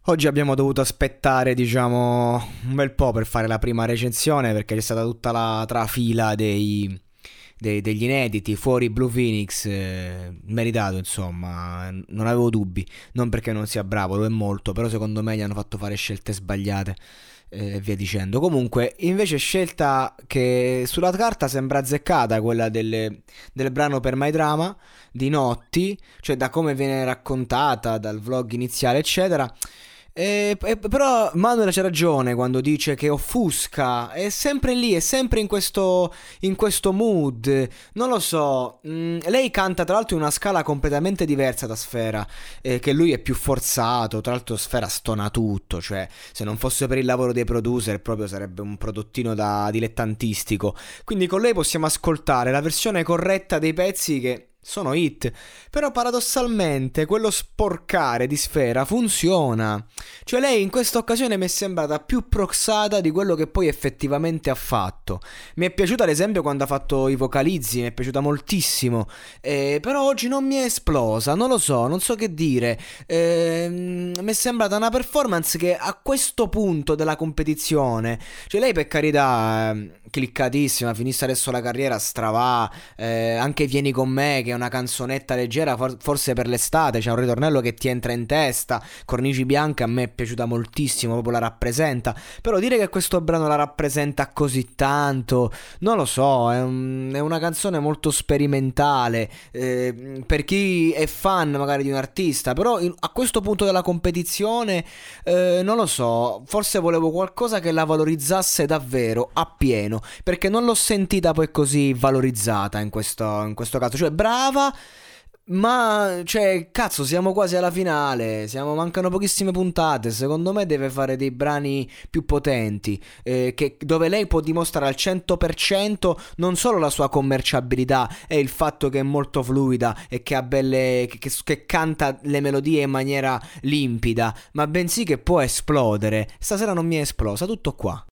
Oggi abbiamo dovuto aspettare, diciamo, un bel po' per fare la prima recensione perché c'è stata tutta la trafila degli inediti fuori Blue Phoenix, meritato insomma, non avevo dubbi, non perché non sia bravo, lo è molto, però secondo me gli hanno fatto fare scelte sbagliate e via dicendo. Comunque, invece scelta che sulla carta sembra azzeccata, quella del brano per My Drama di Notti, cioè da come viene raccontata, dal vlog iniziale, eccetera. Però Manuel c'ha ragione quando dice che offusca, è sempre lì, è sempre in questo mood. Non lo so, lei canta tra l'altro in una scala completamente diversa da Sfera, che lui è più forzato, tra l'altro Sfera stona tutto, cioè se non fosse per il lavoro dei producer proprio sarebbe un prodottino da dilettantistico. Quindi con lei possiamo ascoltare la versione corretta dei pezzi che sono hit, però paradossalmente quello sporcare di Sfera funziona. Cioè lei in questa occasione mi è sembrata più proxata di quello che poi effettivamente ha fatto. Mi è piaciuta ad esempio quando ha fatto i vocalizzi, mi è piaciuta moltissimo. Però oggi non mi è esplosa, non lo so, non so che dire. Mi è sembrata una performance che a questo punto della competizione, cioè lei per carità, cliccatissima, finisse adesso la carriera, stravà, anche Vieni con me, che è una canzonetta leggera, forse per l'estate, c'è un ritornello che ti entra in testa, Cornici bianche a me è piaciuta moltissimo, proprio la rappresenta, però dire che questo brano la rappresenta così tanto, non lo so, è una canzone molto sperimentale, per chi è fan magari di un artista, però a questo punto della competizione, non lo so, forse volevo qualcosa che la valorizzasse davvero, appieno, perché non l'ho sentita poi così valorizzata in questo caso, cioè brava, ma cioè cazzo siamo quasi alla finale, mancano pochissime puntate, secondo me deve fare dei brani più potenti, dove lei può dimostrare al 100% non solo la sua commerciabilità e il fatto che è molto fluida e che ha belle, che canta le melodie in maniera limpida, ma bensì che può esplodere. Stasera non mi è esplosa, tutto qua.